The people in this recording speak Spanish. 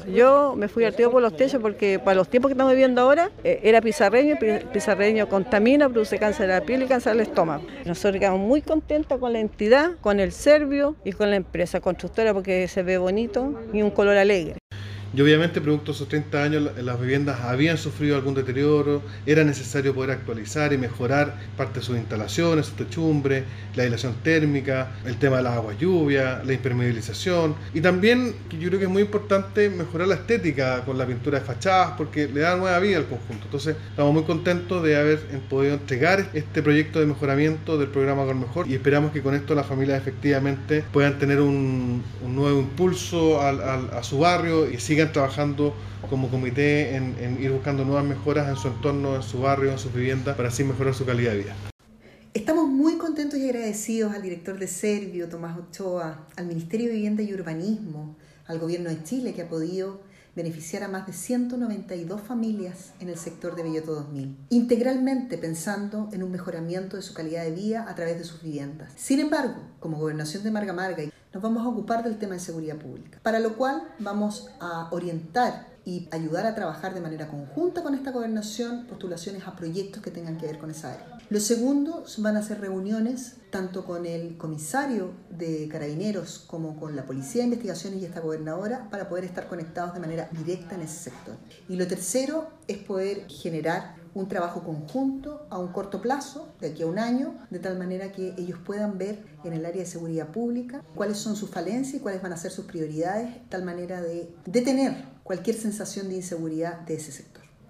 Yo me fui al tiro por los techos porque para los tiempos que estamos viviendo ahora era pizarreño, pizarreño contamina, produce cáncer de la piel y cáncer del estómago. Nosotros quedamos muy contentos con la entidad, con el Servio y con la empresa constructora porque se ve bonito y un color alegre. Y obviamente, producto de esos 30 años, las viviendas habían sufrido algún deterioro, era necesario poder actualizar y mejorar parte de sus instalaciones, su techumbre, la aislación térmica, el tema de las aguas lluvias, la impermeabilización y también, que yo creo que es muy importante, mejorar la estética con la pintura de fachadas porque le da nueva vida al conjunto. Entonces, estamos muy contentos de haber podido entregar este proyecto de mejoramiento del programa Con Mejor y esperamos que con esto las familias efectivamente puedan tener un nuevo impulso a su barrio y sigan trabajando como comité en ir buscando nuevas mejoras en su entorno, en su barrio, en sus viviendas, para así mejorar su calidad de vida. Estamos muy contentos y agradecidos al director de Servio, Tomás Ochoa, al Ministerio de Vivienda y Urbanismo, al Gobierno de Chile, que ha podido beneficiar a más de 192 familias en el sector de Belloto 2000, integralmente pensando en un mejoramiento de su calidad de vida a través de sus viviendas. Sin embargo, como Gobernación de Marga Marga, nos vamos a ocupar del tema de seguridad pública, para lo cual vamos a orientar y ayudar a trabajar de manera conjunta con esta gobernación postulaciones a proyectos que tengan que ver con esa área. Lo segundo van a ser reuniones tanto con el comisario de Carabineros como con la Policía de Investigaciones y esta gobernadora para poder estar conectados de manera directa en ese sector. Y lo tercero es poder generar un trabajo conjunto a un corto plazo, de aquí a un año, de tal manera que ellos puedan ver en el área de seguridad pública cuáles son sus falencias y cuáles van a ser sus prioridades, de tal manera de detener cualquier sensación de inseguridad de ese sector.